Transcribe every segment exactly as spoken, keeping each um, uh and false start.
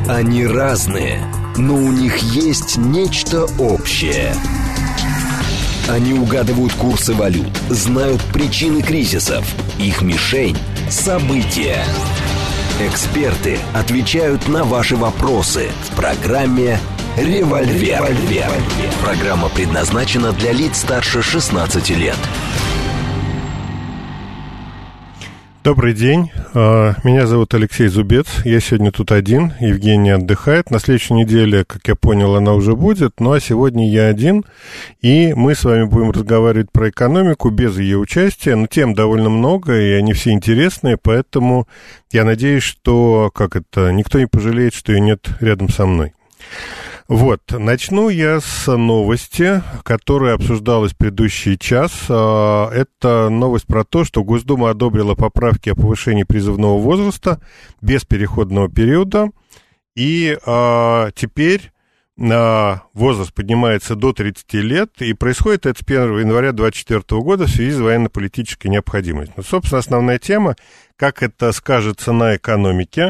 Они разные, но у них есть нечто общее. Они угадывают курсы валют, знают причины кризисов. Их мишень – события. Эксперты отвечают на ваши вопросы в программе «Револьвер». «Револьвер». Программа предназначена для лиц старше шестнадцати лет. Добрый день, меня зовут Алексей Зубец, я сегодня тут один, Евгения отдыхает, на следующей неделе, как я понял, она уже будет, ну а сегодня я один, и мы с вами будем разговаривать про экономику без ее участия, но тем довольно много, и они все интересные, поэтому я надеюсь, что, как это, никто не пожалеет, что ее нет рядом со мной. Вот, начну я с новости, которая обсуждалась в предыдущий час. Это новость про то, что Госдума одобрила поправки о повышении призывного возраста без переходного периода. И а, теперь а, возраст поднимается до тридцати лет, и происходит это с первого января две тысячи двадцать четвёртого года в связи с военно-политической необходимостью. Ну, собственно, основная тема, как это скажется на экономике,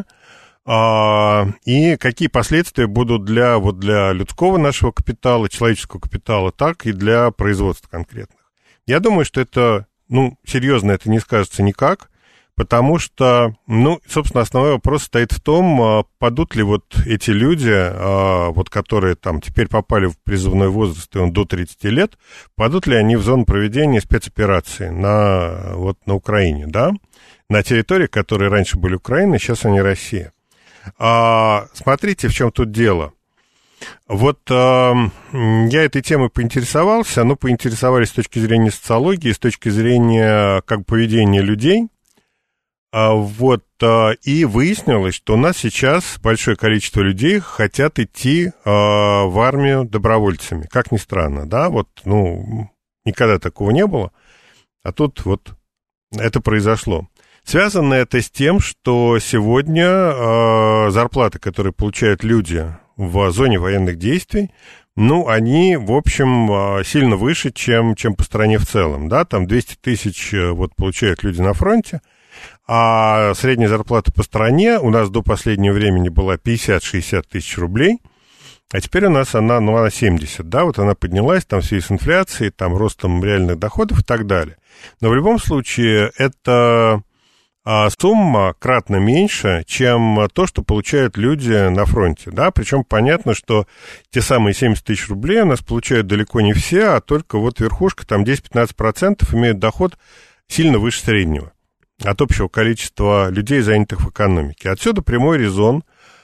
и какие последствия будут для, вот для людского нашего капитала, человеческого капитала, так и для производства конкретных. Я думаю, что это, ну, серьезно это не скажется никак, потому что, ну, собственно, основной вопрос стоит в том, падут ли вот эти люди, вот, которые там теперь попали в призывной возраст, и он до тридцати лет, падут ли они в зону проведения спецоперации на, вот, на Украине, да, на территории, которые раньше были Украина, сейчас они Россия. А, смотрите, в чем тут дело. Вот а, я этой темой поинтересовался, ну, поинтересовались с точки зрения социологии, с точки зрения как бы поведения людей. А, вот, а, и выяснилось, что у нас сейчас большое количество людей хотят идти а, в армию добровольцами. Как ни странно, да, вот, ну, никогда такого не было, а тут вот это произошло. Связано это с тем, что сегодня э, зарплаты, которые получают люди в зоне военных действий, ну, они, в общем, э, сильно выше, чем, чем по стране в целом, да, там двести тысяч э, вот, получают люди на фронте, а средняя зарплата по стране у нас до последнего времени была пятьдесят-шестьдесят тысяч рублей, а теперь у нас она, ну, она семьдесят, да, вот она поднялась, там, в связи с инфляцией, там, ростом реальных доходов и так далее. Но в любом случае это... А сумма кратно меньше, чем то, что получают люди на фронте, да, причем понятно, что те самые семьдесят тысяч рублей у нас получают далеко не все, а только вот верхушка, там десять-пятнадцать процентов имеют доход сильно выше среднего от общего количества людей, занятых в экономике. Отсюда прямой резон,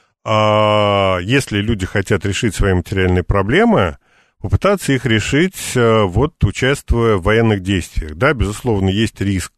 если люди хотят решить свои материальные проблемы, попытаться их решить, вот, участвуя в военных действиях, да, безусловно, есть риск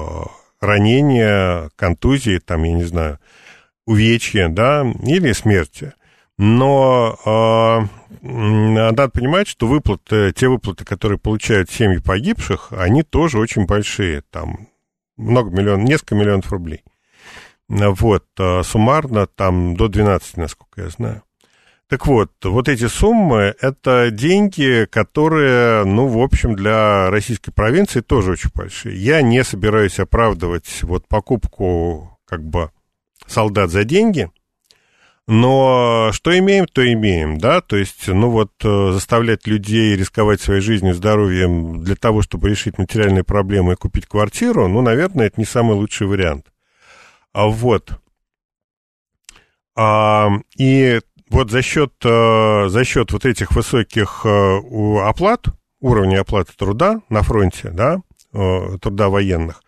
ранения, контузии, там, я не знаю, увечья, да, или смерти. Но э, надо понимать, что выплаты, те выплаты, которые получают семьи погибших, они тоже очень большие, там, много миллионов, несколько миллионов рублей. Вот, э, суммарно, там, до двенадцати, насколько я знаю. Так вот, вот эти суммы, это деньги, которые, ну, в общем, для российской провинции тоже очень большие. Я не собираюсь оправдывать вот покупку, как бы, солдат за деньги, но что имеем, то имеем, да, то есть, ну, вот, заставлять людей рисковать своей жизнью, здоровьем для того, чтобы решить материальные проблемы и купить квартиру, ну, наверное, это не самый лучший вариант. А вот, а, и... Вот за счет, за счет вот этих высоких оплат, уровня оплаты труда на фронте, да, труда военных,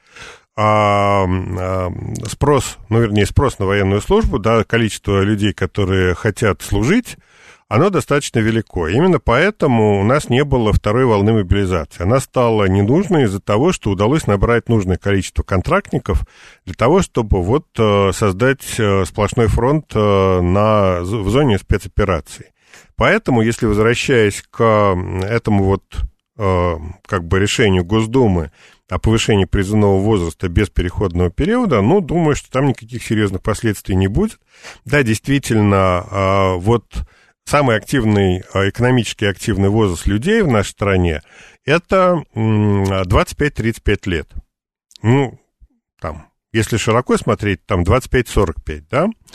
спрос, ну, вернее, спрос на военную службу, да, количество людей, которые хотят служить, оно достаточно велико. Именно поэтому у нас не было второй волны мобилизации. Она стала ненужной из-за того, что удалось набрать нужное количество контрактников для того, чтобы вот создать сплошной фронт на, в зоне спецопераций. Поэтому, если возвращаясь к этому вот как бы решению Госдумы о повышении призывного возраста без переходного периода, ну, думаю, что там никаких серьезных последствий не будет. Да, действительно, вот... Самый активный, экономически активный возраст людей в нашей стране – это двадцать пять - тридцать пять лет. Ну, там, если широко смотреть, там двадцать пять - сорок пять, да?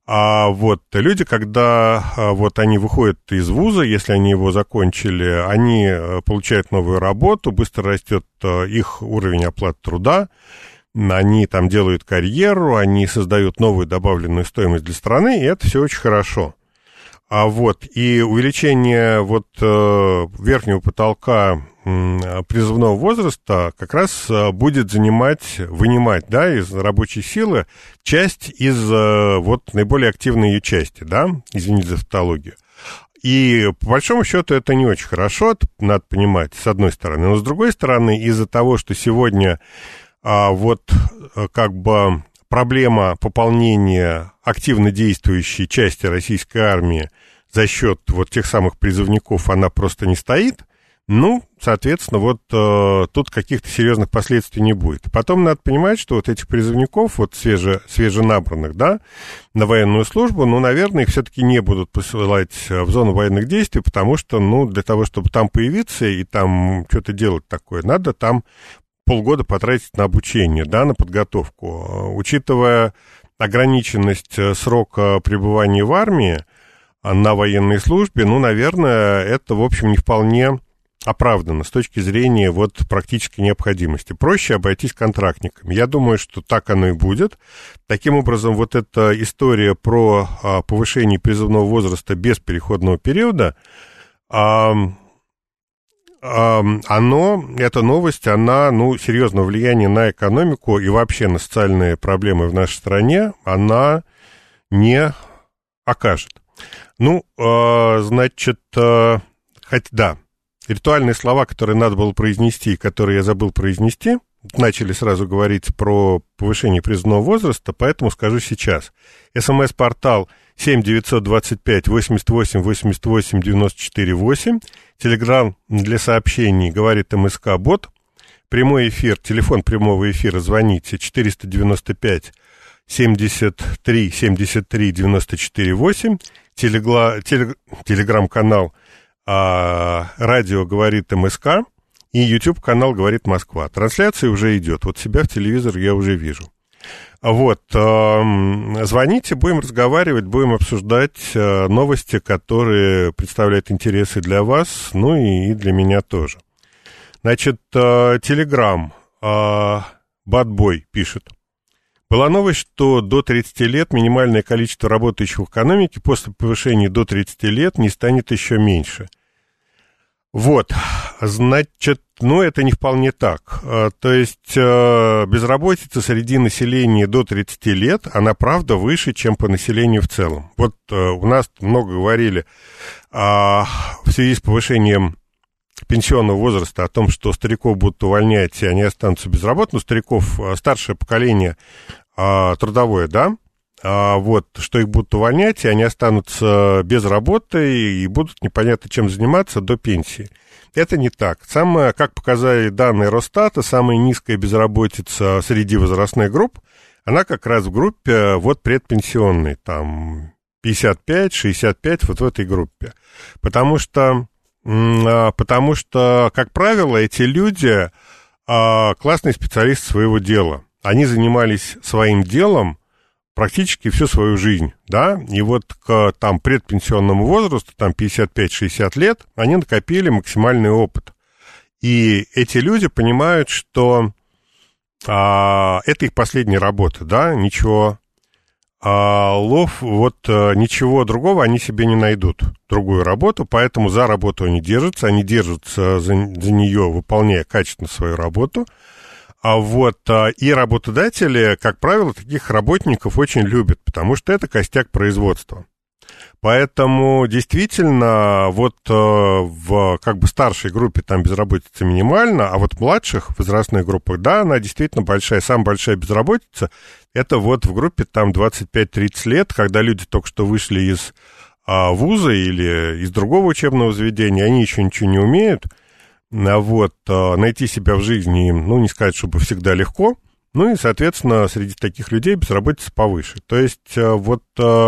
А вот люди, когда вот они выходят из вуза, если они его закончили, они получают новую работу, быстро растет их уровень оплаты труда, они там делают карьеру, они создают новую добавленную стоимость для страны, и это все очень хорошо. А вот и увеличение вот верхнего потолка призывного возраста как раз будет занимать, вынимать, да, из рабочей силы часть из вот наиболее активной ее части, да, извините за тавтологию. И по большому счету это не очень хорошо, надо понимать, с одной стороны. Но с другой стороны, из-за того, что сегодня а, вот как бы проблема пополнения активно действующей части российской армии за счет вот тех самых призывников, она просто не стоит. Ну, соответственно, вот э, тут каких-то серьезных последствий не будет. Потом надо понимать, что вот этих призывников, вот свеже, свеженабранных, да, на военную службу, ну, наверное, их все-таки не будут посылать в зону военных действий, потому что, ну, для того, чтобы там появиться и там что-то делать такое, надо там полгода потратить на обучение, да, на подготовку. Учитывая ограниченность срока пребывания в армии на военной службе, ну, наверное, это, в общем, не вполне оправдано с точки зрения вот практической необходимости. Проще обойтись контрактниками. Я думаю, что так оно и будет. Таким образом, вот эта история про а, повышение призывного возраста без переходного периода, а, а, оно, эта новость, она, ну, серьезного влияния на экономику и вообще на социальные проблемы в нашей стране она не окажет. Ну, а, значит, а, хоть да, ритуальные слова, которые надо было произнести, которые я забыл произнести, начали сразу говорить про повышение призывного возраста, поэтому скажу сейчас. СМС-портал семь девятьсот двадцать пять восемьдесят восемь восемьдесят восемь девяносто четыре восемь. Телеграм для сообщений говорит МСК-бот. Прямой эфир, телефон прямого эфира, звоните четыреста девяносто пять семьдесят три семьдесят три девяносто четыре восемь. Телегла, телег, телеграм-канал а, радио говорит МСК и YouTube-канал говорит Москва. Трансляция уже идет. Вот себя в телевизор я уже вижу. Вот, э, звоните, будем разговаривать, будем обсуждать э, новости, которые представляют интересы для вас, ну и, и для меня тоже. Значит, э, Телеграм, э, Бадбой пишет. Была новость, что до тридцати лет минимальное количество работающих в экономике после повышения до тридцати лет не станет еще меньше. Вот, значит, ну, это не вполне так. То есть безработица среди населения до тридцати лет, она, правда, выше, чем по населению в целом. Вот у нас много говорили в связи с повышением пенсионного возраста о том, что стариков будут увольнять, и они останутся безработными. Стариков, старшее поколение трудовое, да, вот, что их будут увольнять, и они останутся без работы и будут непонятно чем заниматься до пенсии. Это не так. Самое, как показали данные Росстата, самая низкая безработица среди возрастных групп, она как раз в группе вот предпенсионной, там пятьдесят пять шестьдесят пять, вот в этой группе. Потому что, потому что, как правило, эти люди классные специалисты своего дела. Они занимались своим делом практически всю свою жизнь, да, и вот к там предпенсионному возрасту, там пятьдесят пять шестьдесят лет, они накопили максимальный опыт. И эти люди понимают, что а, это их последняя работа, да, ничего, а, лов, вот а, ничего другого они себе не найдут, другую работу, поэтому за работу они держатся, они держатся за, за нее, выполняя качественно свою работу. А вот, и работодатели, как правило, таких работников очень любят, потому что это костяк производства. Поэтому действительно, вот в как бы старшей группе там безработица минимальна, а вот в младших возрастных группах, да, она действительно большая. Самая большая безработица, это вот в группе там двадцать пять тридцать лет, когда люди только что вышли из а, вуза или из другого учебного заведения, они еще ничего не умеют. Вот, найти себя в жизни, ну, не сказать, чтобы всегда легко, ну, и, соответственно, среди таких людей безработица повыше. То есть, вот,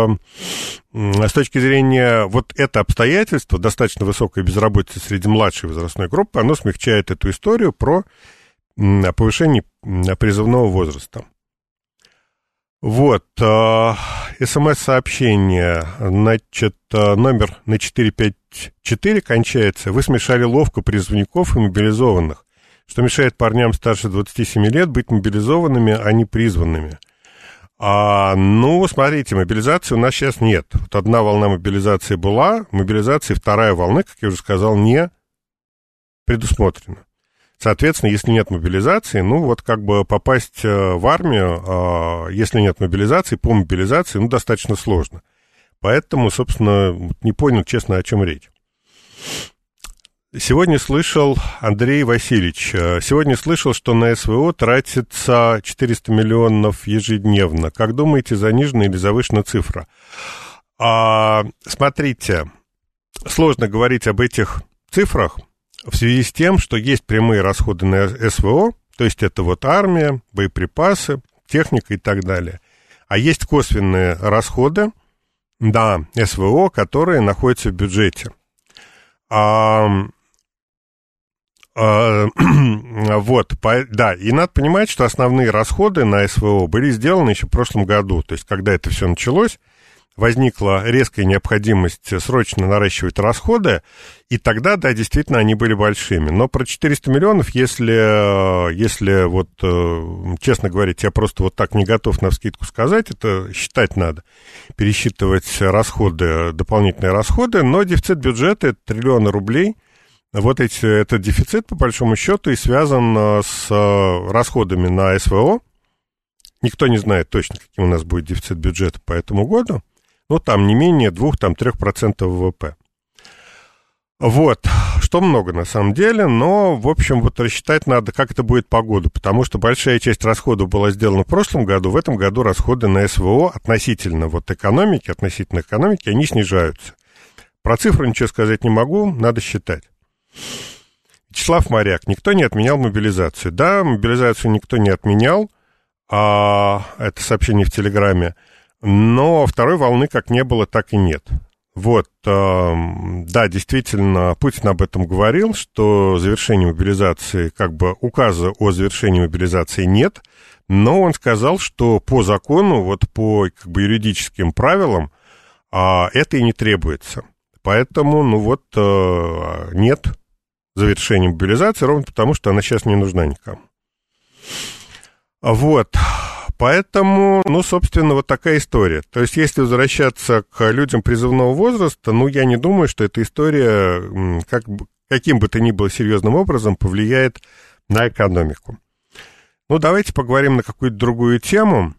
с точки зрения, вот это обстоятельство, достаточно высокая безработица среди младшей возрастной группы, оно смягчает эту историю про повышение призывного возраста. Вот, э, смс-сообщение, значит, номер на четыре пять четыре кончается. Вы смешали ловко призывников и мобилизованных, что мешает парням старше двадцати семи лет быть мобилизованными, а не призванными. А, ну, смотрите, мобилизации у нас сейчас нет. Вот одна волна мобилизации была, мобилизации вторая волна, как я уже сказал, не предусмотрена. Соответственно, если нет мобилизации, ну, вот как бы попасть в армию, если нет мобилизации, по мобилизации, ну, достаточно сложно. Поэтому, собственно, не понял, честно, о чем речь. Сегодня слышал, Андрей Васильевич, сегодня слышал, что на СВО тратится четыреста миллионов ежедневно. Как думаете, занижена или завышена цифра? А, смотрите, сложно говорить об этих цифрах, в связи с тем, что есть прямые расходы на СВО, то есть это вот армия, боеприпасы, техника и так далее. А есть косвенные расходы на СВО, которые находятся в бюджете. А, а, вот, по, да, и надо понимать, что основные расходы на СВО были сделаны еще в прошлом году. То есть, когда это все началось, возникла резкая необходимость срочно наращивать расходы, и тогда, да, действительно, они были большими. Но про четыреста миллионов, если, если вот, честно говорить, я просто вот так не готов навскидку сказать, это считать надо, пересчитывать расходы, дополнительные расходы, но дефицит бюджета — это триллионы рублей. Вот эти, этот дефицит, по большому счету, и связан с расходами на СВО. Никто не знает точно, каким у нас будет дефицит бюджета по этому году. Ну, там не менее два-три процента ВВП. Вот, что много на самом деле, но, в общем, вот рассчитать надо, как это будет по году, потому что большая часть расходов была сделана в прошлом году, в этом году расходы на СВО относительно вот экономики, относительно экономики, они снижаются. Про цифру ничего сказать не могу, надо считать. Вячеслав Моряк, никто не отменял мобилизацию. Да, мобилизацию никто не отменял, а, это сообщение в Телеграме. Но второй волны как не было, так и нет. Вот, э, да, действительно, Путин об этом говорил, что завершение мобилизации, как бы указа о завершении мобилизации нет, но он сказал, что по закону, вот по как бы юридическим правилам, э, это и не требуется. Поэтому, ну вот, э, нет завершения мобилизации, ровно потому, что она сейчас не нужна никому. Вот. Поэтому, ну, собственно, вот такая история. То есть, если возвращаться к людям призывного возраста, ну, я не думаю, что эта история как, каким бы то ни было серьезным образом повлияет на экономику. Ну, давайте поговорим на какую-то другую тему,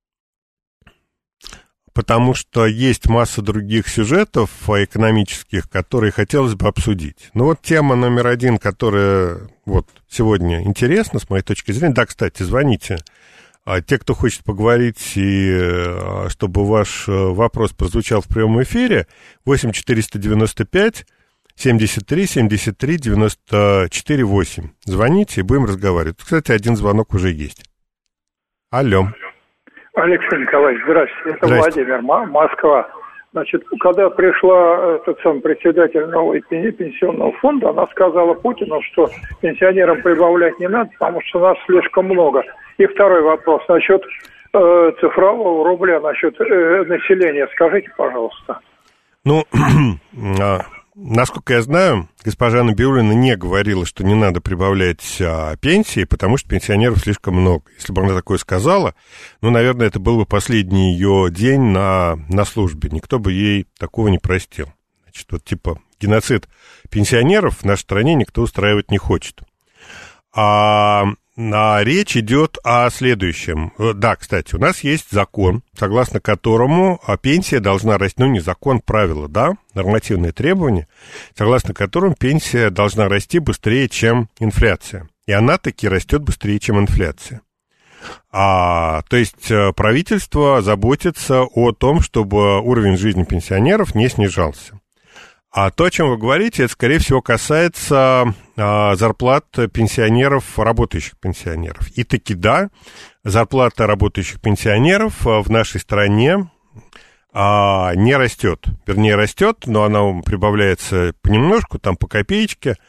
потому что есть масса других сюжетов экономических, которые хотелось бы обсудить. Ну, вот тема номер один, которая вот сегодня интересна, с моей точки зрения. Да, кстати, звоните. А те, кто хочет поговорить, и чтобы ваш вопрос прозвучал в прямом эфире, восемь четыреста девяносто пять семьдесят три семьдесят три девяносто четыре восемь. Звоните, и будем разговаривать. Кстати, один звонок уже есть. Алло. Алексей Николаевич, здравствуйте. Это здравствуйте. Владимир, Москва. Значит, когда пришла этот сам председатель нового пенсионного фонда, она сказала Путину, что пенсионерам прибавлять не надо, потому что нас слишком много. И второй вопрос насчет э, цифрового рубля, насчет э, населения. Скажите, пожалуйста. Ну, насколько я знаю, госпожа Набиуллина не говорила, что не надо прибавлять а, пенсии, потому что пенсионеров слишком много. Если бы она такое сказала, ну, наверное, это был бы последний ее день на, на службе. Никто бы ей такого не простил. Значит, вот типа геноцид пенсионеров в нашей стране никто устраивать не хочет. А... А речь идет о следующем. Да, кстати, у нас есть закон, согласно которому пенсия должна расти, ну, не закон, правила, да, нормативные требования, согласно которым пенсия должна расти быстрее, чем инфляция. И она таки растет быстрее, чем инфляция. А, то есть правительство заботится о том, чтобы уровень жизни пенсионеров не снижался. А то, о чем вы говорите, это, скорее всего, касается а, зарплат пенсионеров, работающих пенсионеров. И таки, да, зарплата работающих пенсионеров в нашей стране а, не растет. Вернее, растет, но она прибавляется понемножку, там по копеечке.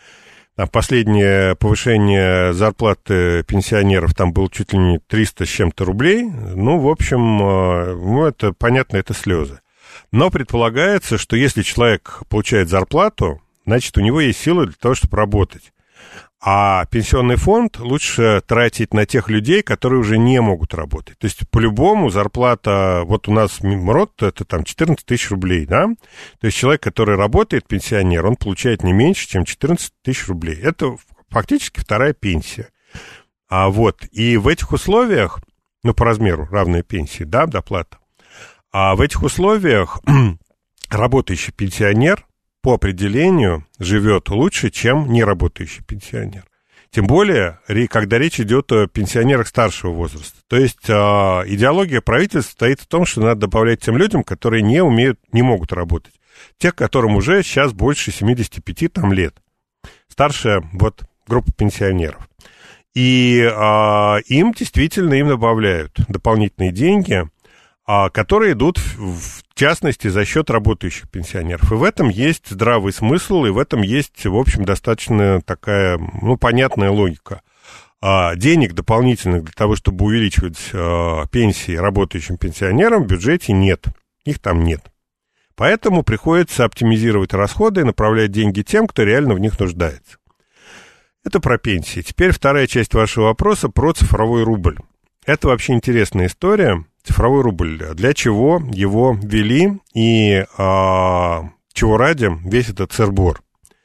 Там последнее повышение зарплаты пенсионеров там было чуть ли не триста с чем-то рублей. Ну, в общем, ну, это понятно, это слезы. Но предполагается, что если человек получает зарплату, значит, у него есть силы для того, чтобы работать. А пенсионный фонд лучше тратить на тех людей, которые уже не могут работать. То есть, по-любому, зарплата, вот у нас МРОТ, это там четырнадцать тысяч рублей, да? То есть, человек, который работает, пенсионер, он получает не меньше, чем четырнадцать тысяч рублей. Это фактически вторая пенсия. А вот, и в этих условиях, ну, по размеру равная пенсии, да, доплата, а в этих условиях работающий пенсионер по определению живет лучше, чем неработающий пенсионер. Тем более, когда речь идет о пенсионерах старшего возраста. То есть идеология правительства стоит в том, что надо добавлять тем людям, которые не умеют, не могут работать. Тех, которым уже сейчас больше семидесяти пяти там, лет. Старшая вот группа пенсионеров. И а, им действительно им добавляют дополнительные деньги, которые идут, в частности, за счет работающих пенсионеров. И в этом есть здравый смысл, и в этом есть, в общем, достаточно такая, ну, понятная логика. Денег дополнительных для того, чтобы увеличивать пенсии работающим пенсионерам, в бюджете нет. Их там нет. Поэтому приходится оптимизировать расходы и направлять деньги тем, кто реально в них нуждается. Это про пенсии. Теперь вторая часть вашего вопроса про цифровой рубль. Это вообще интересная история. Цифровой рубль. Для чего его ввели и а, чего ради весь этот сыр-бор?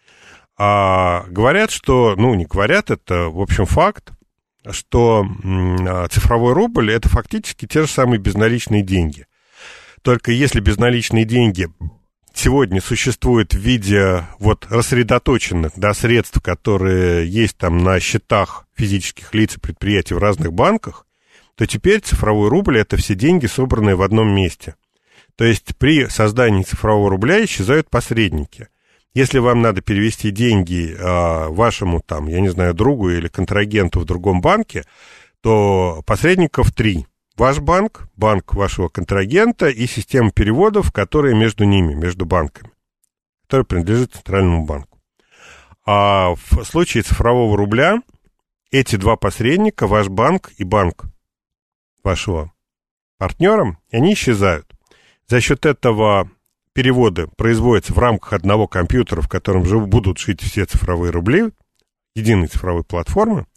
А, говорят, что, ну, не говорят, это, в общем, факт, что м, цифровой рубль – это фактически те же самые безналичные деньги. Только если безналичные деньги сегодня существуют в виде вот рассредоточенных, да, средств, которые есть там на счетах физических лиц и предприятий в разных банках, то теперь цифровой рубль – это все деньги, собранные в одном месте. То есть при создании цифрового рубля исчезают посредники. Если вам надо перевести деньги э, вашему, там, я не знаю, другу или контрагенту в другом банке, то посредников три. Ваш банк, банк вашего контрагента и система переводов, которые между ними, между банками, которая принадлежит Центральному банку. А в случае цифрового рубля эти два посредника, ваш банк и банк вашего партнера, они исчезают. За счет этого переводы производятся в рамках одного компьютера, в котором же будут жить все цифровые рубли, единой цифровой платформы,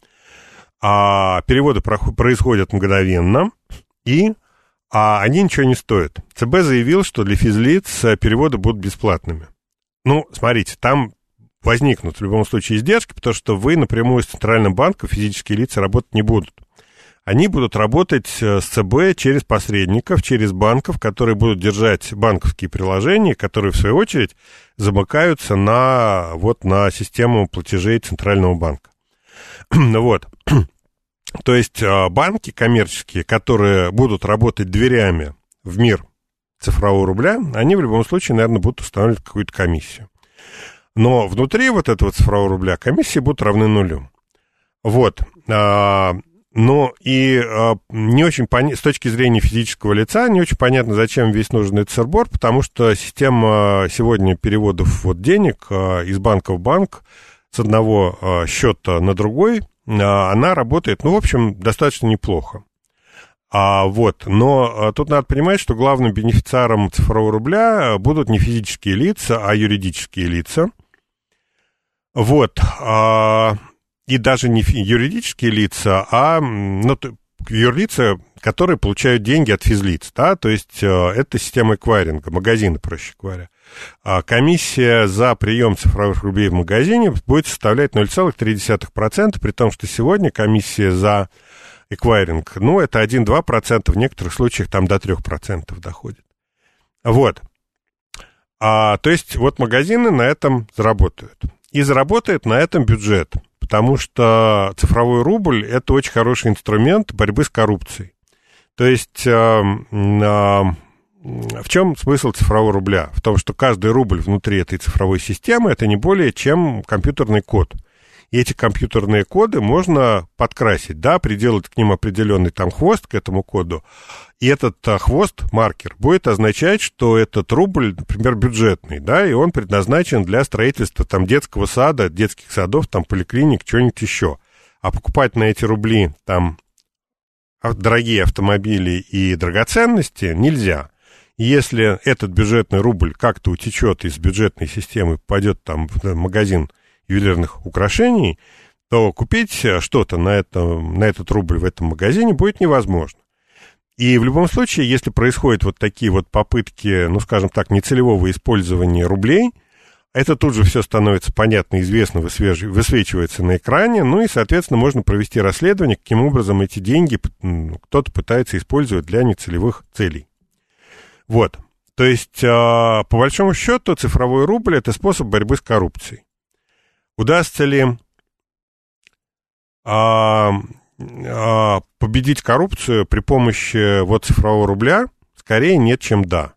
а переводы происходят мгновенно, и а они ничего не стоят. ЦБ заявил, что для физлиц переводы будут бесплатными. Ну, смотрите, там возникнут в любом случае издержки, потому что вы напрямую с Центральным банком, физические лица, работать не будут. Они будут работать с ЦБ через посредников, через банков, которые будут держать банковские приложения, которые, в свою очередь, замыкаются на, вот, на систему платежей Центрального банка. Вот. То есть банки коммерческие, которые будут работать дверями в мир цифрового рубля, они в любом случае, наверное, будут устанавливать какую-то комиссию. Но внутри вот этого цифрового рубля комиссии будут равны нулю. Вот. Но и э, не очень пон... с точки зрения физического лица не очень понятно, зачем весь нужен этот сыр-бор, потому что система сегодня переводов вот денег э, из банка в банк с одного э, счета на другой, э, она работает, ну, в общем, достаточно неплохо. А, вот, но э, тут надо понимать, что главным бенефициаром цифрового рубля будут не физические лица, а юридические лица. Вот, а... И даже не юридические лица, а ну, юрлица, которые получают деньги от физлиц, да, то есть это система эквайринга, магазины, проще говоря. А комиссия за прием цифровых рублей в магазине будет составлять ноль целых три десятых процента, при том, что сегодня комиссия за эквайринг, ну, это один-два процента, в некоторых случаях там до трёх процентов доходит. Вот. А, то есть вот магазины на этом заработают. И заработает на этом бюджет. Потому что цифровой рубль – это очень хороший инструмент борьбы с коррупцией. То есть э, э, в чем смысл цифрового рубля? В том, что каждый рубль внутри этой цифровой системы – это не более чем компьютерный код. и эти компьютерные коды можно подкрасить, да, приделать к ним определенный там хвост к этому коду, и этот а, хвост, маркер, будет означать, что этот рубль, например, бюджетный, да, и он предназначен для строительства там детского сада, детских садов, там поликлиник, чего-нибудь еще. А покупать на эти рубли там дорогие автомобили и драгоценности нельзя. И если этот бюджетный рубль как-то утечет из бюджетной системы, попадет там в магазин ювелирных украшений, то купить что-то на, это, на этот рубль в этом магазине будет невозможно. И в любом случае, если происходят вот такие вот попытки, ну, скажем так, нецелевого использования рублей, это тут же все становится понятно, известно, высвечивается на экране, ну и, соответственно, можно провести расследование, каким образом эти деньги кто-то пытается использовать для нецелевых целей. Вот, то есть, по большому счету, цифровой рубль – это способ борьбы с коррупцией. Удастся ли а, а, победить коррупцию при помощи вот цифрового рубля? Скорее нет, чем да.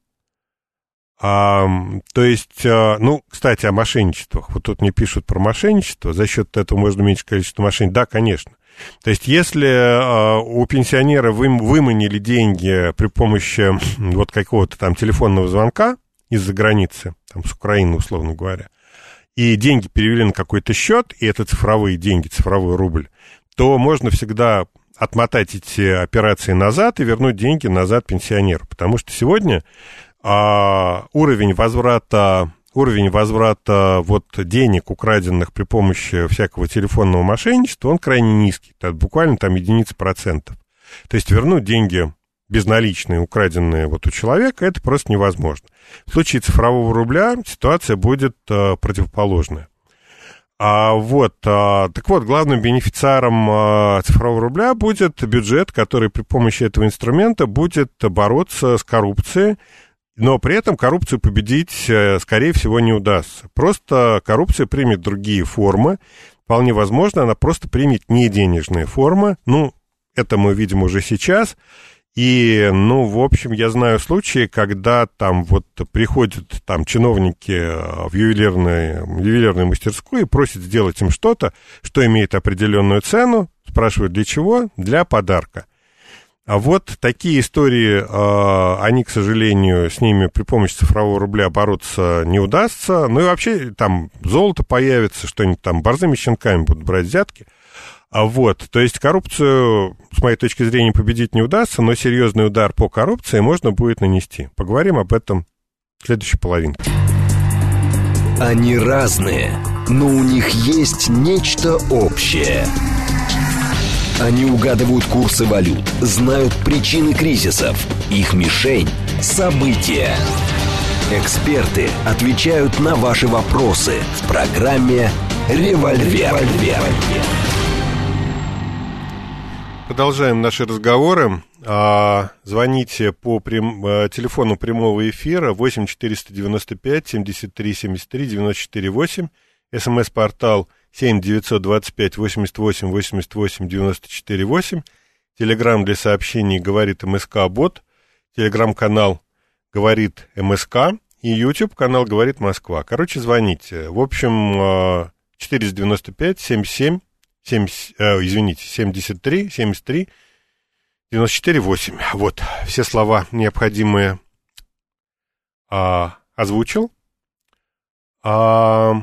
А, то есть, а, ну, кстати, о мошенничествах. Вот тут мне пишут про мошенничество. За счет этого можно уменьшить количество мошенников. Да, конечно. То есть, если а, у пенсионера вы, выманили деньги при помощи вот какого-то там телефонного звонка из-за границы, там, с Украины, условно говоря, и деньги перевели на какой-то счет, и это цифровые деньги, цифровой рубль, то можно всегда отмотать эти операции назад и вернуть деньги назад пенсионеру. Потому что сегодня а, уровень возврата, уровень возврата вот денег, украденных при помощи всякого телефонного мошенничества, он крайне низкий, это буквально там единицы процентов. То есть вернуть деньги безналичные, украденные вот у человека, это просто невозможно. В случае цифрового рубля ситуация будет а, противоположная. А вот, а, так вот, главным бенефициаром а, цифрового рубля будет бюджет, который при помощи этого инструмента будет бороться с коррупцией, но при этом коррупцию победить, скорее всего, не удастся. Просто коррупция примет другие формы. Вполне возможно, она просто примет неденежные формы. Ну, это мы видим уже сейчас. И, ну, в общем, я знаю случаи, когда там вот приходят там чиновники в ювелирную, ювелирную мастерскую и просят сделать им что-то, что имеет определенную цену, спрашивают для чего? Для подарка. А вот такие истории, они, к сожалению, с ними при помощи цифрового рубля бороться не удастся. Ну и вообще там золото появится, что-нибудь там борзыми щенками будут брать взятки. А вот, то есть коррупцию, с моей точки зрения, победить не удастся, но серьезный удар по коррупции можно будет нанести. Поговорим об этом в следующей половинке. Они разные, но у них есть нечто общее. Они угадывают курсы валют, знают причины кризисов, их мишень – события. Эксперты отвечают на ваши вопросы в программе «Револьвер». Продолжаем наши разговоры. Звоните по прям... телефону прямого эфира восемь четыреста девяносто пять семьдесят три семьдесят три девяносто четыре восемь. СМС-портал семь девятьсот двадцать пять восемьдесят восемь восемьдесят восемь девяносто четыре восемь. Телеграм для сообщений «Говорит МСК-бот». Телеграм-канал «Говорит МСК». И YouTube-канал «Говорит Москва». Короче, звоните. В общем, четыреста девяносто пять семьдесят семь семьдесят, э, извините, семьдесят три семьдесят три девяносто четыре восемь. Вот, все слова необходимые а, озвучил. А,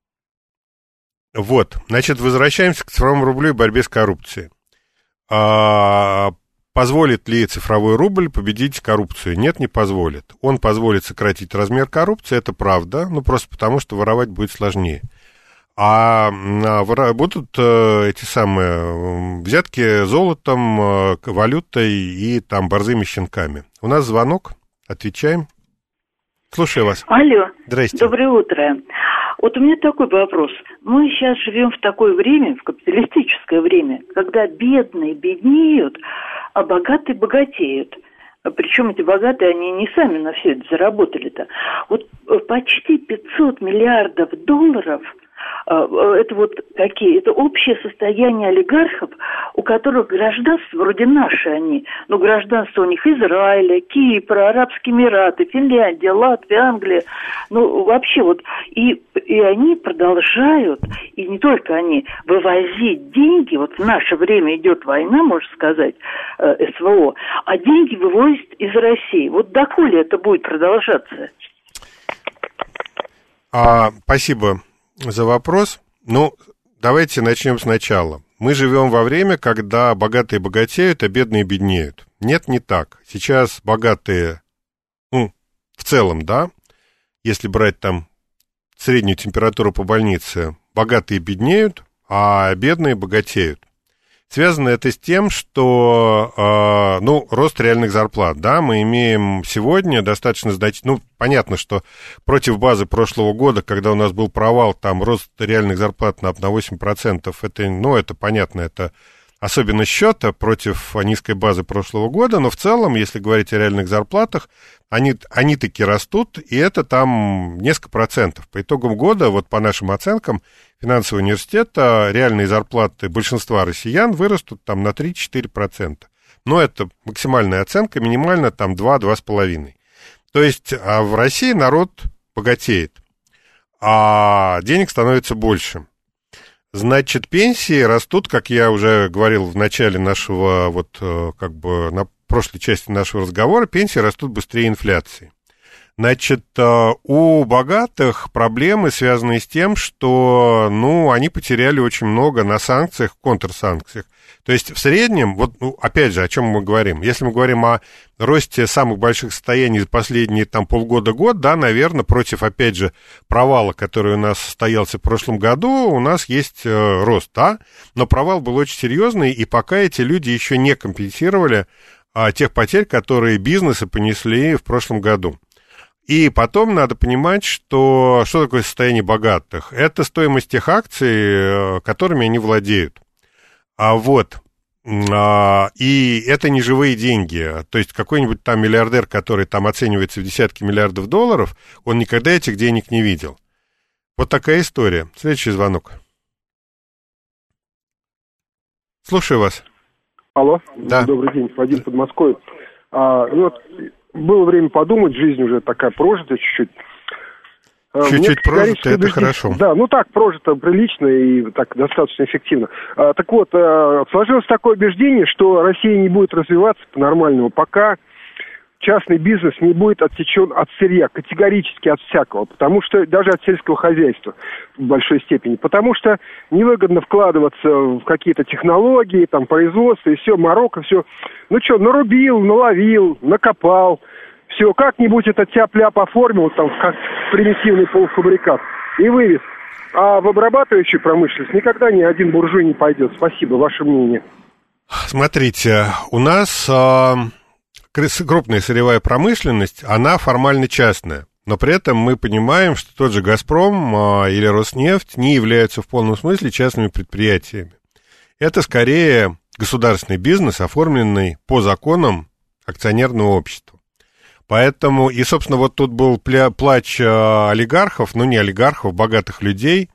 вот, значит, возвращаемся к цифровому рублю и борьбе с коррупцией. А, позволит ли цифровой рубль победить коррупцию? Нет, не позволит. Он позволит сократить размер коррупции, это правда, ну просто потому, что воровать будет сложнее. А будут эти самые взятки золотом, валютой и там борзыми щенками. У нас звонок, отвечаем. Слушаю вас. Алло. Здрасте. Доброе утро. Вот у меня такой вопрос. Мы сейчас живем в такое время, в капиталистическое время, когда бедные беднеют, а богатые богатеют. Причем эти богатые, они не сами на все это заработали-то. Вот почти пятьсот миллиардов долларов Это вот какие? Это общее состояние олигархов, у которых гражданство, вроде наши они, но гражданство у них Израиля, Кипра, Арабские Эмираты, Финляндия, Латвия, Англия. Ну, вообще вот, и, и они продолжают, и не только они, вывозить деньги, вот в наше время идет война, можно сказать, э, СВО, а деньги вывозят из России. Вот доколе это будет продолжаться? А, спасибо за вопрос. Ну, давайте начнем сначала. Мы живем во время, когда богатые богатеют, а бедные беднеют. Нет, не так. Сейчас богатые, ну, в целом, да, если брать там среднюю температуру по больнице, богатые беднеют, а бедные богатеют. Связано это с тем, что, э, ну, рост реальных зарплат, да, мы имеем сегодня достаточно значительный, ну, понятно, что против базы прошлого года, когда у нас был провал, там, рост реальных зарплат на, на восемь процентов, это, ну, это понятно, это особенность счета против низкой базы прошлого года, но в целом, если говорить о реальных зарплатах, они, они таки растут, и это там несколько процентов. По итогам года, вот по нашим оценкам финансового университета, реальные зарплаты большинства россиян вырастут там на три-четыре процента. Но это максимальная оценка, минимально там два-два с половиной. То есть а в России народ богатеет, а денег становится больше. Значит, пенсии растут, как я уже говорил в начале нашего, вот, как бы, на прошлой части нашего разговора, пенсии растут быстрее инфляции. Значит, у богатых проблемы, связанные с тем, что, ну, они потеряли очень много на санкциях, контрсанкциях. То есть, в среднем, вот, ну, опять же, о чем мы говорим? Если мы говорим о росте самых больших состояний за последние, там, полгода-год, да, наверное, против, опять же, провала, который у нас состоялся в прошлом году, у нас есть э, рост, да, но провал был очень серьезный, и пока эти люди еще не компенсировали а, тех потерь, которые бизнесы понесли в прошлом году. И потом надо понимать, что, что такое состояние богатых. Это стоимость тех акций, которыми они владеют. А вот, а, и это не живые деньги. То есть какой-нибудь там миллиардер, который там оценивается в десятки миллиардов долларов, он никогда этих денег не видел. Вот такая история. Следующий звонок. Слушаю вас. Алло, да. Добрый день, Вадим, Подмосковье. А, ну, вот, было время подумать, жизнь уже такая прожита чуть-чуть. Чуть-чуть прожито, это хорошо. Да, ну так, прожито прилично и так достаточно эффективно. А, так вот, а, сложилось такое убеждение, что Россия не будет развиваться по-нормальному, пока частный бизнес не будет отсечен от сырья, категорически от всякого, потому что даже от сельского хозяйства в большой степени, потому что невыгодно вкладываться в какие-то технологии, там, производство, и все, Марокко, все. Ну что, нарубил, наловил, накопал, все, как-нибудь это тяп-ляп оформил, там, как примитивный полуфабрикат, и вывез. А в обрабатывающую промышленность никогда ни один буржуй не пойдет. Спасибо, ваше мнение. Смотрите, у нас... А... крупная сырьевая промышленность, она формально частная, но при этом мы понимаем, что тот же «Газпром» а, или «Роснефть» не являются в полном смысле частными предприятиями. Это скорее государственный бизнес, оформленный по законам акционерного общества. Поэтому, и, собственно, вот тут был пля- плач а, олигархов, ну не олигархов, богатых людей,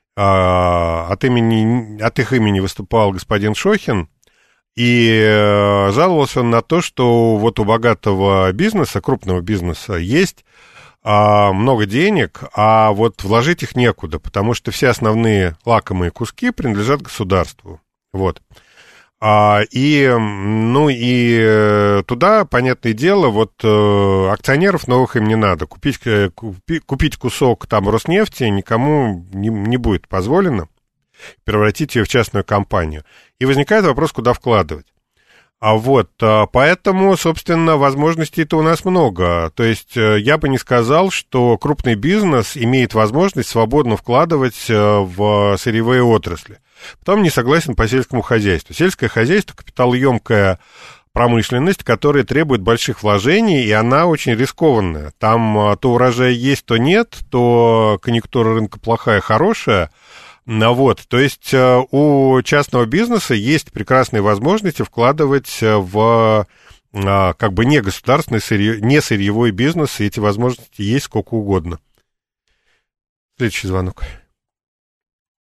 а, от, имени, от их имени выступал господин Шохин. И жаловался он на то, что вот у богатого бизнеса, крупного бизнеса, есть а, много денег, а вот вложить их некуда, потому что все основные лакомые куски принадлежат государству. Вот. А, и, ну, и туда, понятное дело, вот акционеров новых им не надо. Купить, купи, купить кусок там Роснефти никому не, не будет позволено, превратить ее в частную компанию. И возникает вопрос, куда вкладывать. А вот, поэтому, собственно, возможностей-то у нас много. То есть я бы не сказал, что крупный бизнес имеет возможность свободно вкладывать в сырьевые отрасли. Потом не согласен по сельскому хозяйству. Сельское хозяйство – капиталоемкая промышленность, которая требует больших вложений, и она очень рискованная. Там то урожая есть, то нет, то конъюнктура рынка плохая, хорошая. Ну, вот, то есть у частного бизнеса есть прекрасные возможности вкладывать в как бы не государственный, сырье, не сырьевой бизнес, и эти возможности есть сколько угодно. Следующий звонок.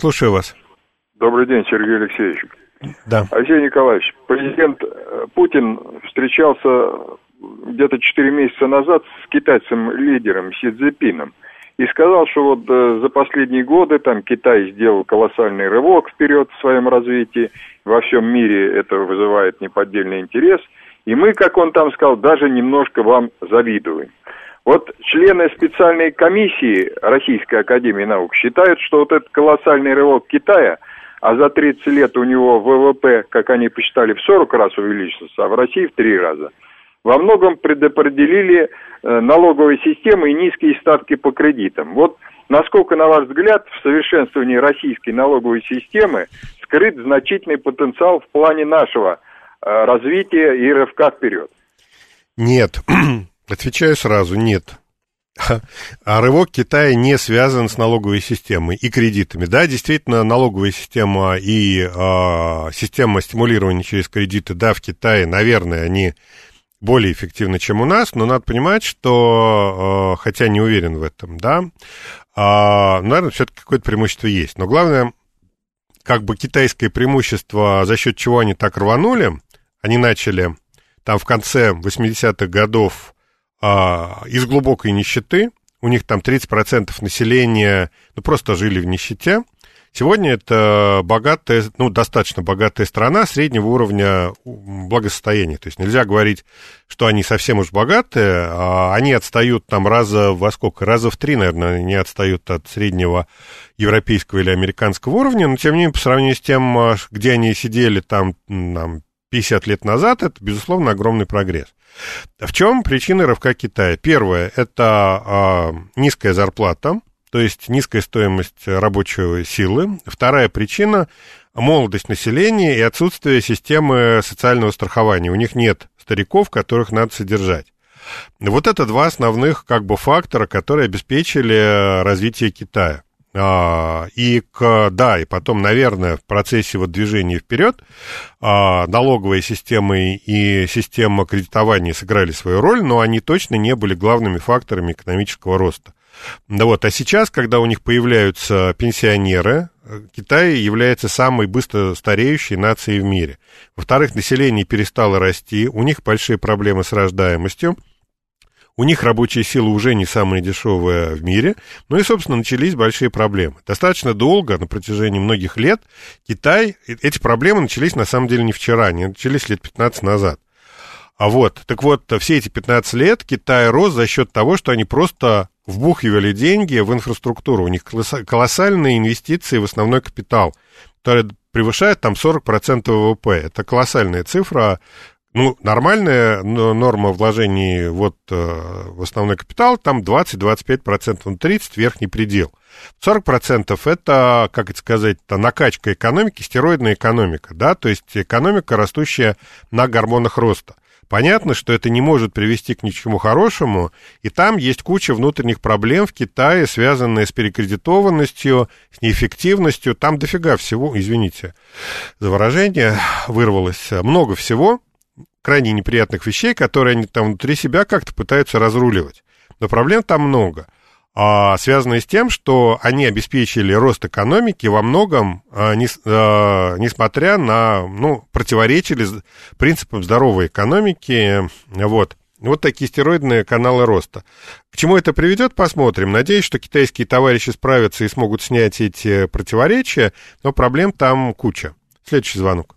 Слушаю вас. Добрый день, Сергей Алексеевич. Да. Алексей Николаевич, президент Путин встречался где-то четыре месяца назад с китайцем-лидером Си Цзиньпином и сказал, что вот за последние годы там Китай сделал колоссальный рывок вперед в своем развитии, во всем мире это вызывает неподдельный интерес, и мы, как он там сказал, даже немножко вам завидуем. Вот члены специальной комиссии Российской академии наук считают, что вот этот колоссальный рывок Китая, а за тридцать лет у него ВВП, как они посчитали, в сорок раз увеличился, а в России в три раза, во многом предопределили налоговые системы и низкие ставки по кредитам. Вот насколько, на ваш взгляд, в совершенствовании российской налоговой системы скрыт значительный потенциал в плане нашего развития и рывка вперед? Нет. Отвечаю сразу, нет. А рывок Китая не связан с налоговой системой и кредитами. Да, действительно, налоговая система и э, система стимулирования через кредиты, да, в Китае, наверное, они более эффективны, чем у нас, но надо понимать, что, э, хотя не уверен в этом, да, э, наверное, все-таки какое-то преимущество есть. Но главное, как бы китайское преимущество, за счет чего они так рванули, они начали там в конце восьмидесятых годов э, из глубокой нищеты, у них там тридцать процентов населения, ну, просто жили в нищете. Сегодня это богатая, ну, достаточно богатая страна среднего уровня благосостояния. То есть нельзя говорить, что они совсем уж богатые, а они отстают там раза во сколько? Раза в три, наверное, они отстают от среднего европейского или американского уровня, но тем не менее, по сравнению с тем, где они сидели там, там пятьдесят лет назад, это, безусловно, огромный прогресс. В чем причина рывка Китая? Первое, это а, низкая зарплата, то есть низкая стоимость рабочей силы. Вторая причина – молодость населения и отсутствие системы социального страхования. У них нет стариков, которых надо содержать. Вот это два основных как бы фактора, которые обеспечили развитие Китая. И, к, да, и потом, наверное, в процессе вот движения вперед налоговая система и система кредитования сыграли свою роль, но они точно не были главными факторами экономического роста. Да вот, а сейчас, когда у них появляются пенсионеры, Китай является самой быстро стареющей нацией в мире. Во-вторых, население перестало расти, у них большие проблемы с рождаемостью, у них рабочая сила уже не самая дешевая в мире, ну и, собственно, начались большие проблемы. Достаточно долго, на протяжении многих лет, Китай, эти проблемы начались на самом деле не вчера, они начались лет пятнадцать назад. А вот, так вот, все эти пятнадцать лет Китай рос за счет того, что они просто вбухивали деньги в инфраструктуру. У них колоссальные инвестиции в основной капитал, который превышает там сорок процентов ВВП. Это колоссальная цифра. Ну, нормальная норма вложений вот, в основной капитал, там двадцать-двадцать пять процентов, ну, тридцать процентов верхний предел. сорок процентов это, как это сказать, это накачка экономики, стероидная экономика, да, то есть экономика, растущая на гормонах роста. Понятно, что это не может привести к ничему хорошему, и там есть куча внутренних проблем в Китае, связанные с перекредитованностью, с неэффективностью, там дофига всего, извините за выражение, вырвалось много всего, крайне неприятных вещей, которые они там внутри себя как-то пытаются разруливать. Но проблем там много, а, связанные с тем, что они обеспечили рост экономики во многом, а, не, а, несмотря на, ну, противоречили принципам здоровой экономики, вот. Вот такие стероидные каналы роста. К чему это приведет, посмотрим. Надеюсь, что китайские товарищи справятся и смогут снять эти противоречия, но проблем там куча. Следующий звонок.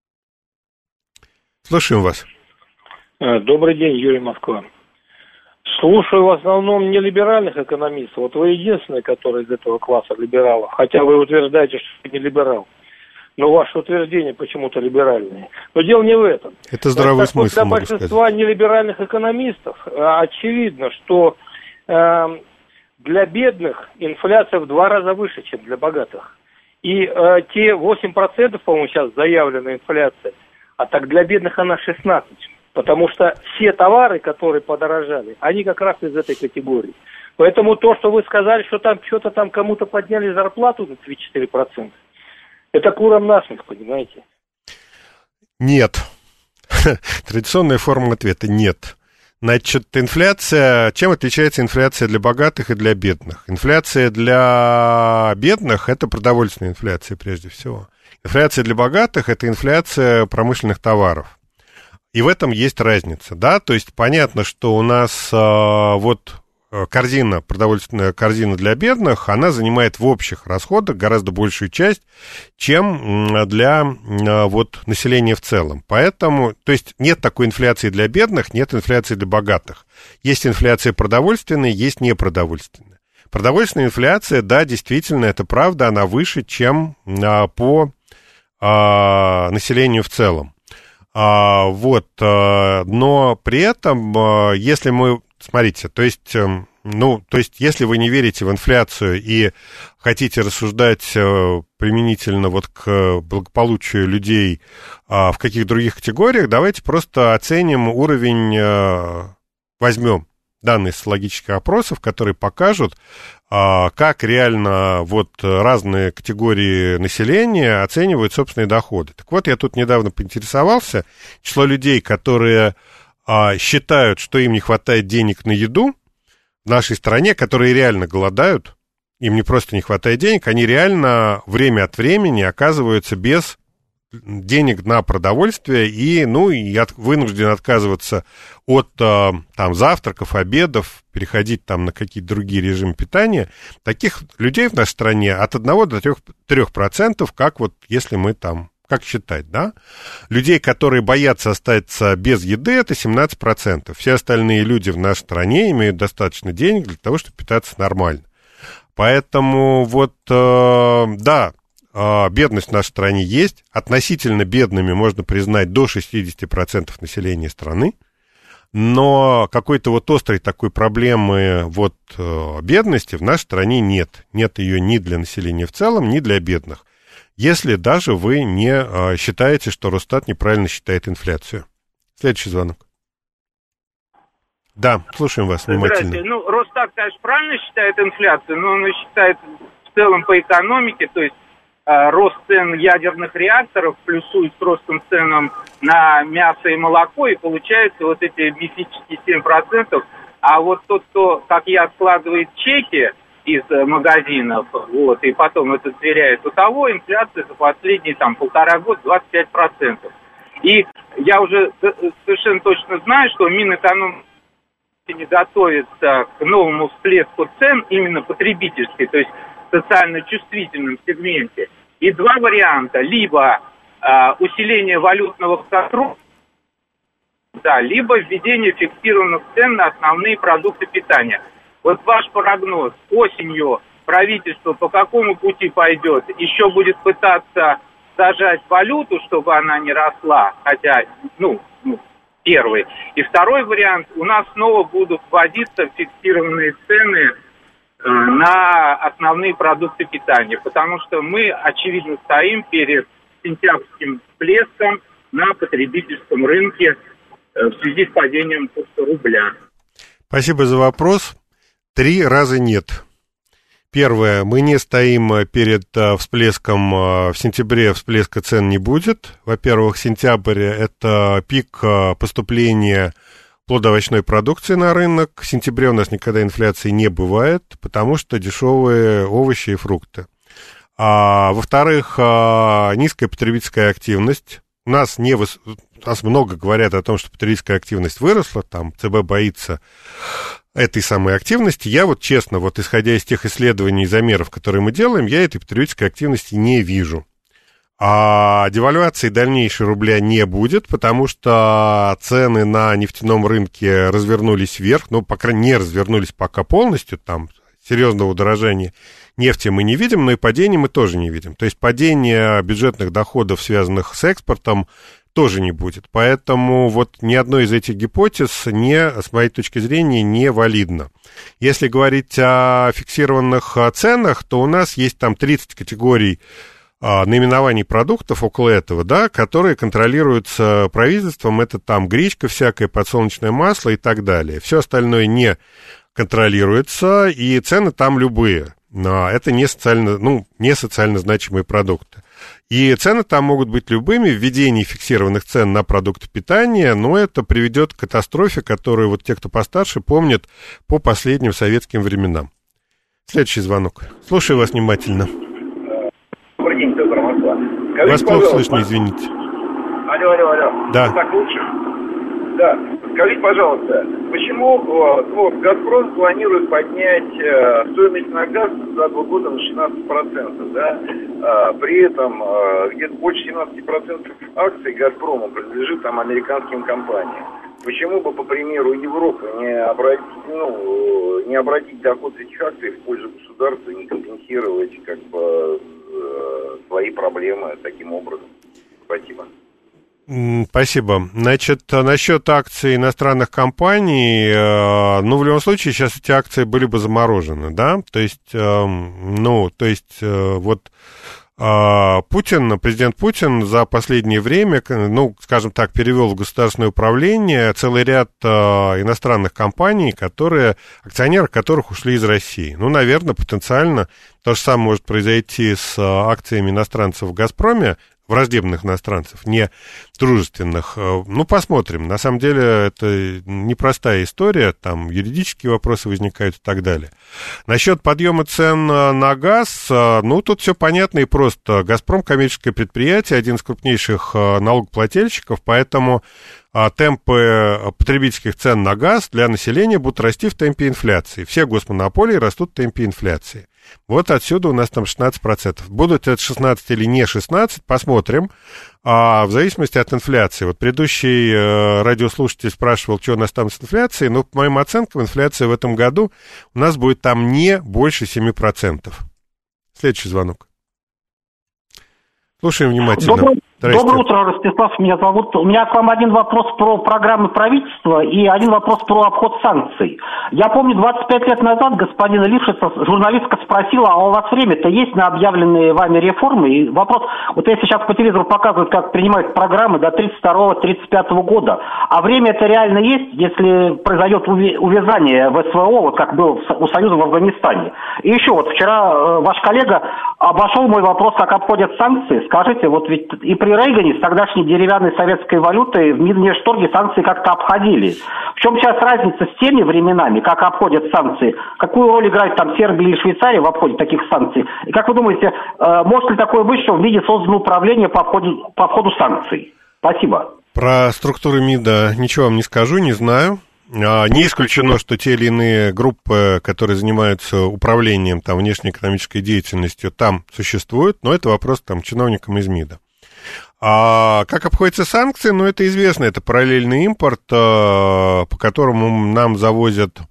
Слушаем вас. Добрый день, Юрий, Москва. Слушаю в основном не либеральных экономистов. Вот вы единственный, который из этого класса либералов. Хотя вы утверждаете, что вы не либерал. Но ваши утверждения почему-то либеральные. Но дело не в этом. Это здравый так, смысл, для большинства сказать. Нелиберальных экономистов очевидно, что э, для бедных инфляция в два раза выше, чем для богатых. И э, те восемь процентов, по-моему, сейчас заявленная инфляция, а так для бедных она шестнадцать процентов. Потому что все товары, которые подорожали, они как раз из этой категории. Поэтому то, что вы сказали, что там что-то там кому-то подняли зарплату на три-четыре процента, это курам насмех, понимаете? Нет. Традиционная форма ответа – нет. Значит, инфляция... Чем отличается инфляция для богатых и для бедных? Инфляция для бедных – это продовольственная инфляция, прежде всего. Инфляция для богатых – это инфляция промышленных товаров. И в этом есть разница, да? То есть понятно, что у нас а, вот корзина, продовольственная корзина для бедных, она занимает в общих расходах гораздо большую часть, чем для а, вот населения в целом. Поэтому, то есть нет такой инфляции для бедных, нет инфляции для богатых. Есть инфляция продовольственная, есть непродовольственная. Продовольственная инфляция, да, действительно, это правда, она выше, чем а, по а, населению в целом. А, вот, а, но при этом, а, если мы, смотрите, то есть, а, ну, то есть, если вы не верите в инфляцию и хотите рассуждать а, применительно вот к благополучию людей а, в каких других категориях, давайте просто оценим уровень, а, возьмем данные социологических опросов, которые покажут, а, как реально вот разные категории населения оценивают собственные доходы. Так вот, я тут недавно поинтересовался, число людей, которые а, считают, что им не хватает денег на еду в нашей стране, которые реально голодают, им не просто не хватает денег, они реально время от времени оказываются без денег на продовольствие и, ну, и от, вынуждены отказываться от а, там, завтраков, обедов, переходить там на какие-то другие режимы питания. Таких людей в нашей стране от одного до трёх процентов, как вот если мы там, как считать, да? Людей, которые боятся остаться без еды, это семнадцать процентов. Все остальные люди в нашей стране имеют достаточно денег для того, чтобы питаться нормально. Поэтому вот, э, да, бедность в нашей стране есть. Относительно бедными можно признать до шестьдесят процентов населения страны. Но какой-то вот острой такой проблемы вот бедности в нашей стране нет. Нет ее ни для населения в целом, ни для бедных. Если даже вы не считаете, что Росстат неправильно считает инфляцию. Следующий звонок. Да, слушаем вас внимательно. Здравствуйте. Ну, Росстат, конечно, правильно считает инфляцию, но он ее считает в целом по экономике, то есть рост цен ядерных реакторов плюсует с ростом цен на мясо и молоко, и получается вот эти мифические семь процентов. А вот тот, кто, как я, складывает чеки из магазинов, вот, и потом это сверяет, у того инфляция за последние там полтора года двадцать пять процентов. И я уже совершенно точно знаю, что Минэкономики не готовится к новому всплеску цен именно потребительской, то есть социально чувствительном сегменте. И два варианта: либо э, усиление валютного контроля, да, либо введение фиксированных цен на основные продукты питания. Вот ваш прогноз: осенью правительство по какому пути пойдет? Еще будет пытаться зажать валюту, чтобы она не росла, хотя, ну, ну первый. И второй вариант: у нас снова будут вводиться фиксированные цены на основные продукты питания, потому что мы, очевидно, стоим перед сентябрьским всплеском на потребительском рынке в связи с падением курса рубля. Спасибо за вопрос. Три раза нет. Первое, мы не стоим перед всплеском, в сентябре всплеска цен не будет. Во-первых, сентябрь – это пик поступления плодоовощной продукции на рынок. В сентябре у нас никогда инфляции не бывает, потому что дешевые овощи и фрукты. А, во-вторых, а, низкая потребительская активность. У нас, не выс... у нас много говорят о том, что потребительская активность выросла, там ЦБ боится этой самой активности. Я вот честно, вот исходя из тех исследований и замеров, которые мы делаем, я этой потребительской активности не вижу. А девальвации дальнейшей рубля не будет, потому что цены на нефтяном рынке развернулись вверх, ну, по крайней мере, не развернулись пока полностью, там серьезного удорожания нефти мы не видим, но и падения мы тоже не видим. То есть падение бюджетных доходов, связанных с экспортом, тоже не будет. Поэтому вот ни одной из этих гипотез, не, с моей точки зрения, не валидно. Если говорить о фиксированных ценах, то у нас есть там тридцать категорий наименований продуктов около этого, да, которые контролируются правительством. Это там гречка всякая, подсолнечное масло и так далее. Все остальное не контролируется, и цены там любые. Но это не социально, ну, не социально значимые продукты. И цены там могут быть любыми. Введение фиксированных цен на продукты питания, но это приведет к катастрофе, которую вот те, кто постарше, помнят по последним советским временам. Следующий звонок. Слушаю вас внимательно. Добрый день, Федор, Москва. Скажите, вас плохо слышно, извините. Алло, алло, алло. Да. Так лучше? Да. Скажите, пожалуйста, почему ну, «Газпром» планирует поднять э, стоимость на газ за два года на шестнадцать процентов, да? А, при этом э, где-то больше семнадцать процентов акций «Газпрома» принадлежит там американским компаниям. Почему бы, по примеру Европы, не обратить, ну, не обратить доход с этих акций в пользу государства и не компенсировать как бы э, свои проблемы таким образом? Спасибо. Спасибо. Значит, насчет акций иностранных компаний, э, ну, в любом случае, сейчас эти акции были бы заморожены, да, то есть, э, ну, то есть, э, вот э, Путин, президент Путин за последнее время, ну, скажем так, перевел в государственное управление целый ряд э, иностранных компаний, которые, акционеры которых ушли из России. Ну, наверное, потенциально то же самое может произойти с акциями иностранцев в «Газпроме», враждебных иностранцев, не дружественных. Ну, посмотрим. На самом деле, это непростая история, там юридические вопросы возникают и так далее. Насчет подъема цен на газ, ну, тут все понятно и просто. «Газпром» — коммерческое предприятие, один из крупнейших налогоплательщиков, поэтому темпы потребительских цен на газ для населения будут расти в темпе инфляции. Все госмонополии растут в темпе инфляции. Вот отсюда у нас там шестнадцать процентов. Будут это шестнадцать или не шестнадцать, посмотрим. А в зависимости от инфляции. Вот предыдущий э, радиослушатель спрашивал, что у нас там с инфляцией. Ну, по моим оценкам, инфляция в этом году у нас будет там не больше семь процентов. Следующий звонок. Слушаем внимательно. Доброе, доброе утро, Ростислав, меня зовут. У меня к вам один вопрос про программы правительства и один вопрос про обход санкций. Я помню, двадцать пять лет назад господина Лившица журналистка спросила, а у вас время-то есть на объявленные вами реформы? И вопрос, вот если сейчас по телевизору показывают, как принимают программы до тридцать второго — тридцать пятого года, а время это реально есть, если произойдет увязание в СВО, вот как было у Союза в Афганистане? И еще вот вчера ваш коллега обошел мой вопрос, как обходят санкции. Скажите, вот ведь и при Рейгане с тогдашней деревянной советской валютой в Минвнешторге санкции как-то обходили. В чем сейчас разница с теми временами, как обходят санкции? Какую роль играет там Сербия или Швейцария в обходе таких санкций? И как вы думаете, может ли такое быть, что в МИДе создано управление по обходу, по обходу санкций? Спасибо. Про структуру МИДа ничего вам не скажу, не знаю. Не исключено, что те или иные группы, которые занимаются управлением там, внешнеэкономической деятельностью, там существуют, но это вопрос там, чиновникам из МИДа. А как обходятся санкции? Ну, это известно, это параллельный импорт, по которому нам завозят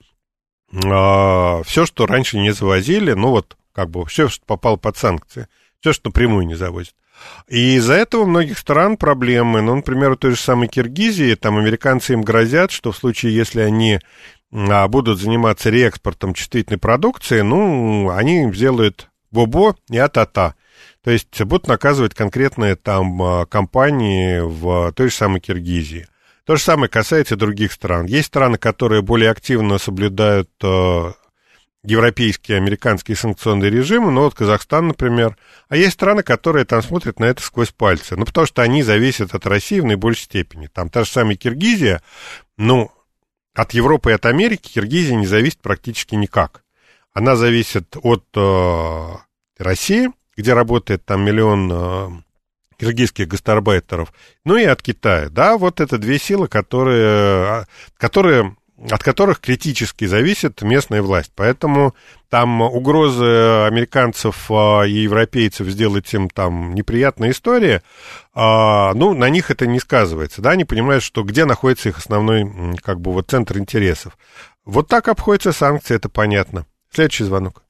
все, что раньше не завозили, ну, вот как бы все, что попало под санкции, все, что напрямую не завозят. И из-за этого у многих стран проблемы. Ну, например, у той же самой Киргизии, там американцы им грозят, что в случае, если они а, будут заниматься реэкспортом чувствительной продукции, ну, они им сделают бобо и а-та-та. То есть будут наказывать конкретные там компании в той же самой Киргизии. То же самое касается других стран. Есть страны, которые более активно соблюдают европейские, американские санкционные режимы, ну вот Казахстан, например, а есть страны, которые там смотрят на это сквозь пальцы, ну потому что они зависят от России в наибольшей степени. Там та же самая Киргизия, ну, от Европы и от Америки Киргизия не зависит практически никак. Она зависит от э, России, где работает там миллион э, киргизских гастарбайтеров, ну и от Китая. Да, вот это две силы, которые, которые от которых критически зависит местная власть. Поэтому там угрозы американцев и европейцев сделать им там неприятные истории, ну, на них это не сказывается, да, они понимают, что где находится их основной, как бы, вот центр интересов. Вот так обходятся санкции, это понятно. Следующий звонок.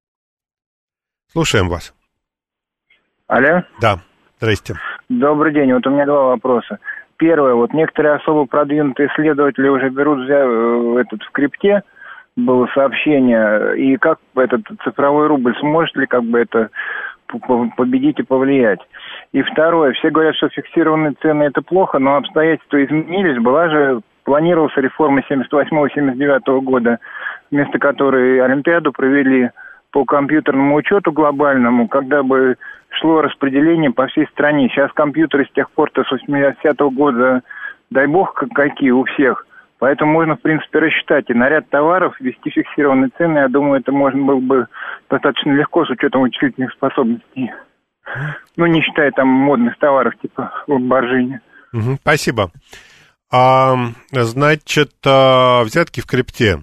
Слушаем вас. Алло? Да, здрасте. Добрый день, вот у меня два вопроса. Первое, вот некоторые особо продвинутые исследователи уже берут в, этот, в крипте, было сообщение, и как этот цифровой рубль сможет ли как бы это победить и повлиять. И второе, все говорят, что фиксированные цены это плохо, но обстоятельства изменились, была же, планировалась реформа семьдесят восьмого — семьдесят девятого года, вместо которой Олимпиаду провели по компьютерному учету глобальному, когда бы шло распределение по всей стране. Сейчас компьютеры с тех пор-то с восьмидесятого года, дай бог, какие у всех. Поэтому можно, в принципе, рассчитать и на ряд товаров, ввести фиксированные цены. Я думаю, это можно было бы достаточно легко с учетом вычислительных способностей. Ну, не считая там модных товаров, типа Lamborghini. Угу, спасибо. А, значит, а, взятки в крипте.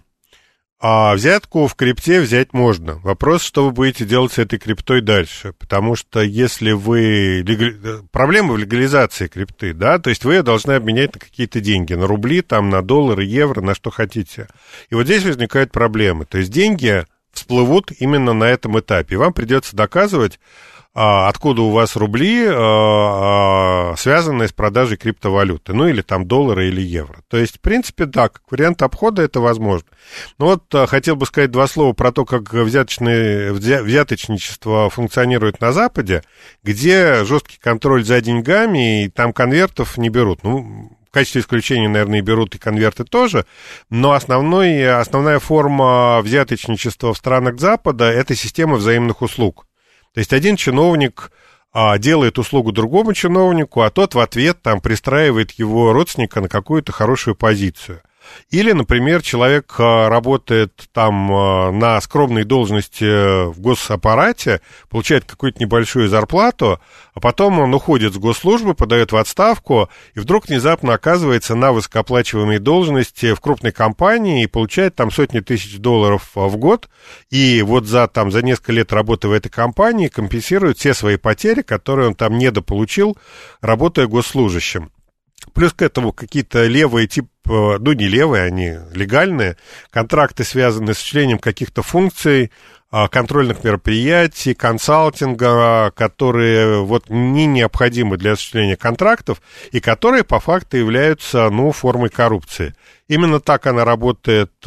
А взятку в крипте взять можно. Вопрос, что вы будете делать с этой криптой дальше. Потому что если вы... Легали... Проблема в легализации крипты, да, то есть вы ее должны обменять на какие-то деньги, на рубли, там, на доллары, евро, на что хотите. И вот здесь возникают проблемы. То есть деньги всплывут именно на этом этапе. И вам придется доказывать, откуда у вас рубли, связанные с продажей криптовалюты, ну или там доллары или евро. То есть, в принципе, да, как вариант обхода это возможно. Но вот хотел бы сказать два слова про то, как взяточное, взяточничество функционирует на Западе, где жесткий контроль за деньгами, и там конвертов не берут. Ну, в качестве исключения, наверное, и берут и конверты тоже, но основной, основная форма взяточничества в странах Запада – это система взаимных услуг. То есть один чиновник а, делает услугу другому чиновнику, а тот в ответ там пристраивает его родственника на какую-то хорошую позицию. Или, например, человек а, работает там а, на скромной должности в госаппарате, получает какую-то небольшую зарплату, а потом он уходит с госслужбы, подает в отставку, и вдруг внезапно оказывается на высокооплачиваемой должности в крупной компании и получает там сотни тысяч долларов в год, и вот за, там, за несколько лет работы в этой компании компенсирует все свои потери, которые он там недополучил, работая госслужащим. Плюс к этому какие-то левые типа, ну не левые, они легальные, контракты, связанные с осуществлением каких-то функций, контрольных мероприятий, консалтинга, которые вот не необходимы для осуществления контрактов и которые по факту являются, ну, формой коррупции. Именно так она работает э,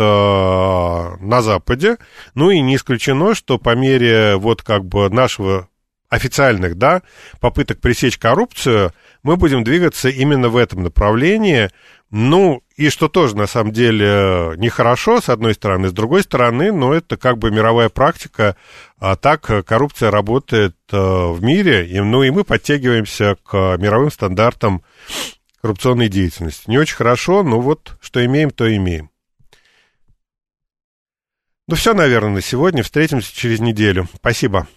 на Западе, ну и не исключено, что по мере вот как бы нашего официальных, да, попыток пресечь коррупцию, мы будем двигаться именно в этом направлении. Ну, и что тоже, на самом деле, нехорошо, с одной стороны, с другой стороны, ну, это как бы мировая практика, а так коррупция работает в мире, и, ну, и мы подтягиваемся к мировым стандартам коррупционной деятельности. Не очень хорошо, но вот что имеем, то имеем. Ну, все, наверное, на сегодня. Встретимся через неделю. Спасибо.